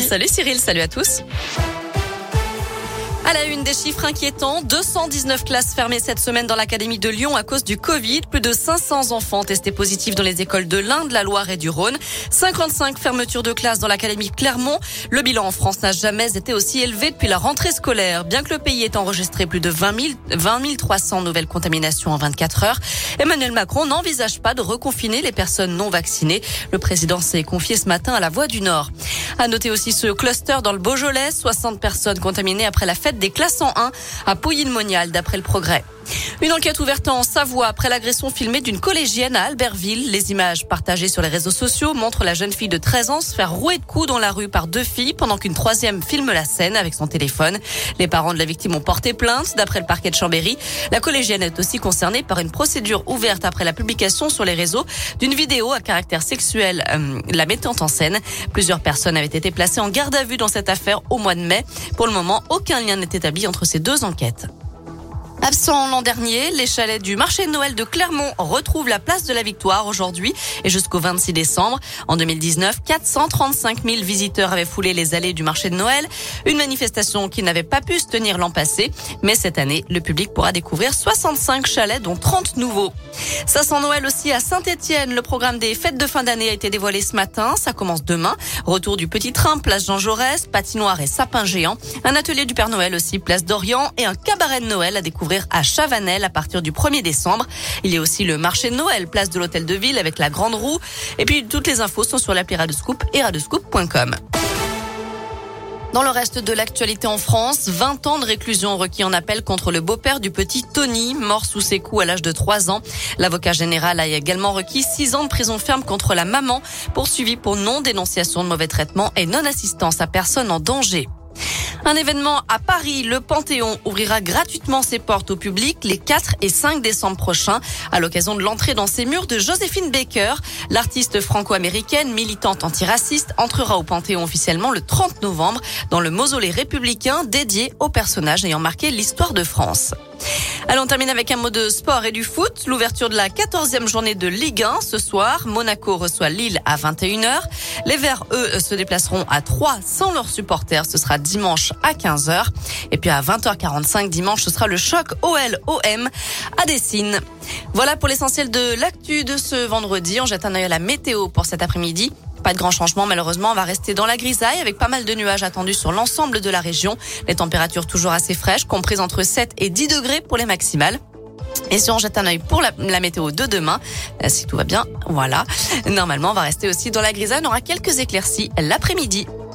Salut Cyril, salut à tous. À la une, des chiffres inquiétants, 219 classes fermées cette semaine dans l'académie de Lyon à cause du Covid. Plus de 500 enfants testés positifs dans les écoles de l'Ain, de la Loire et du Rhône. 55 fermetures de classes dans l'académie de Clermont. Le bilan en France n'a jamais été aussi élevé depuis la rentrée scolaire. Bien que le pays ait enregistré plus de 20 300 nouvelles contaminations en 24 heures, Emmanuel Macron n'envisage pas de reconfiner les personnes non vaccinées. Le président s'est confié ce matin à La Voix du Nord. À noter aussi ce cluster dans le Beaujolais, 60 personnes contaminées après la fête des classes en 1 à Pouilly-le-Monial, d'après le Progrès. Une enquête ouverte en Savoie après l'agression filmée d'une collégienne à Albertville. Les images partagées sur les réseaux sociaux montrent la jeune fille de 13 ans se faire rouer de coups dans la rue par deux filles pendant qu'une troisième filme la scène avec son téléphone. Les parents de la victime ont porté plainte. D'après le parquet de Chambéry, la collégienne est aussi concernée par une procédure ouverte après la publication sur les réseaux d'une vidéo à caractère sexuel la mettant en scène. Plusieurs personnes avaient été placées en garde à vue dans cette affaire au mois de mai. Pour le moment, aucun lien n'est établi entre ces deux enquêtes. Absent l'an dernier, les chalets du marché de Noël de Clermont retrouvent la place de la Victoire aujourd'hui et jusqu'au 26 décembre. En 2019, 435 000 visiteurs avaient foulé les allées du marché de Noël. Une manifestation qui n'avait pas pu se tenir l'an passé. Mais cette année, le public pourra découvrir 65 chalets, dont 30 nouveaux. Ça sent Noël aussi à Saint-Étienne. Le programme des fêtes de fin d'année a été dévoilé ce matin. Ça commence demain. Retour du Petit Train, place Jean Jaurès, patinoire et sapin géant. Un atelier du Père Noël aussi, place d'Orient, et un cabaret de Noël à découvrir à Chavanel à partir du 1er décembre. Il y a aussi le marché de Noël, place de l'Hôtel de Ville avec la Grande Roue. Et puis toutes les infos sont sur l'appli Radioscoop et radioscoop.com. Dans le reste de l'actualité en France, 20 ans de réclusion requis en appel contre le beau-père du petit Tony, mort sous ses coups à l'âge de 3 ans. L'avocat général a également requis 6 ans de prison ferme contre la maman, poursuivie pour non-dénonciation de mauvais traitements et non-assistance à personne en danger. Un événement à Paris, le Panthéon ouvrira gratuitement ses portes au public les 4 et 5 décembre prochains à l'occasion de l'entrée dans ses murs de Joséphine Baker. L'artiste franco-américaine, militante antiraciste, entrera au Panthéon officiellement le 30 novembre dans le mausolée républicain dédié aux personnages ayant marqué l'histoire de France. Allons, on termine avec un mot de sport et du foot. L'ouverture de la 14e journée de Ligue 1 ce soir. Monaco reçoit Lille à 21h. Les Verts, eux, se déplaceront à Troyes sans leurs supporters. Ce sera dimanche à 15h. Et puis à 20h45 dimanche, ce sera le choc OL-OM à Dessines. Voilà pour l'essentiel de l'actu de ce vendredi. On jette un œil à la météo pour cet après-midi. Pas de grand changement, malheureusement, on va rester dans la grisaille avec pas mal de nuages attendus sur l'ensemble de la région. Les températures toujours assez fraîches, comprises entre 7 et 10 degrés pour les maximales. Et si on jette un œil pour la météo de demain, si tout va bien, voilà. Normalement, on va rester aussi dans la grisaille. On aura quelques éclaircies l'après-midi.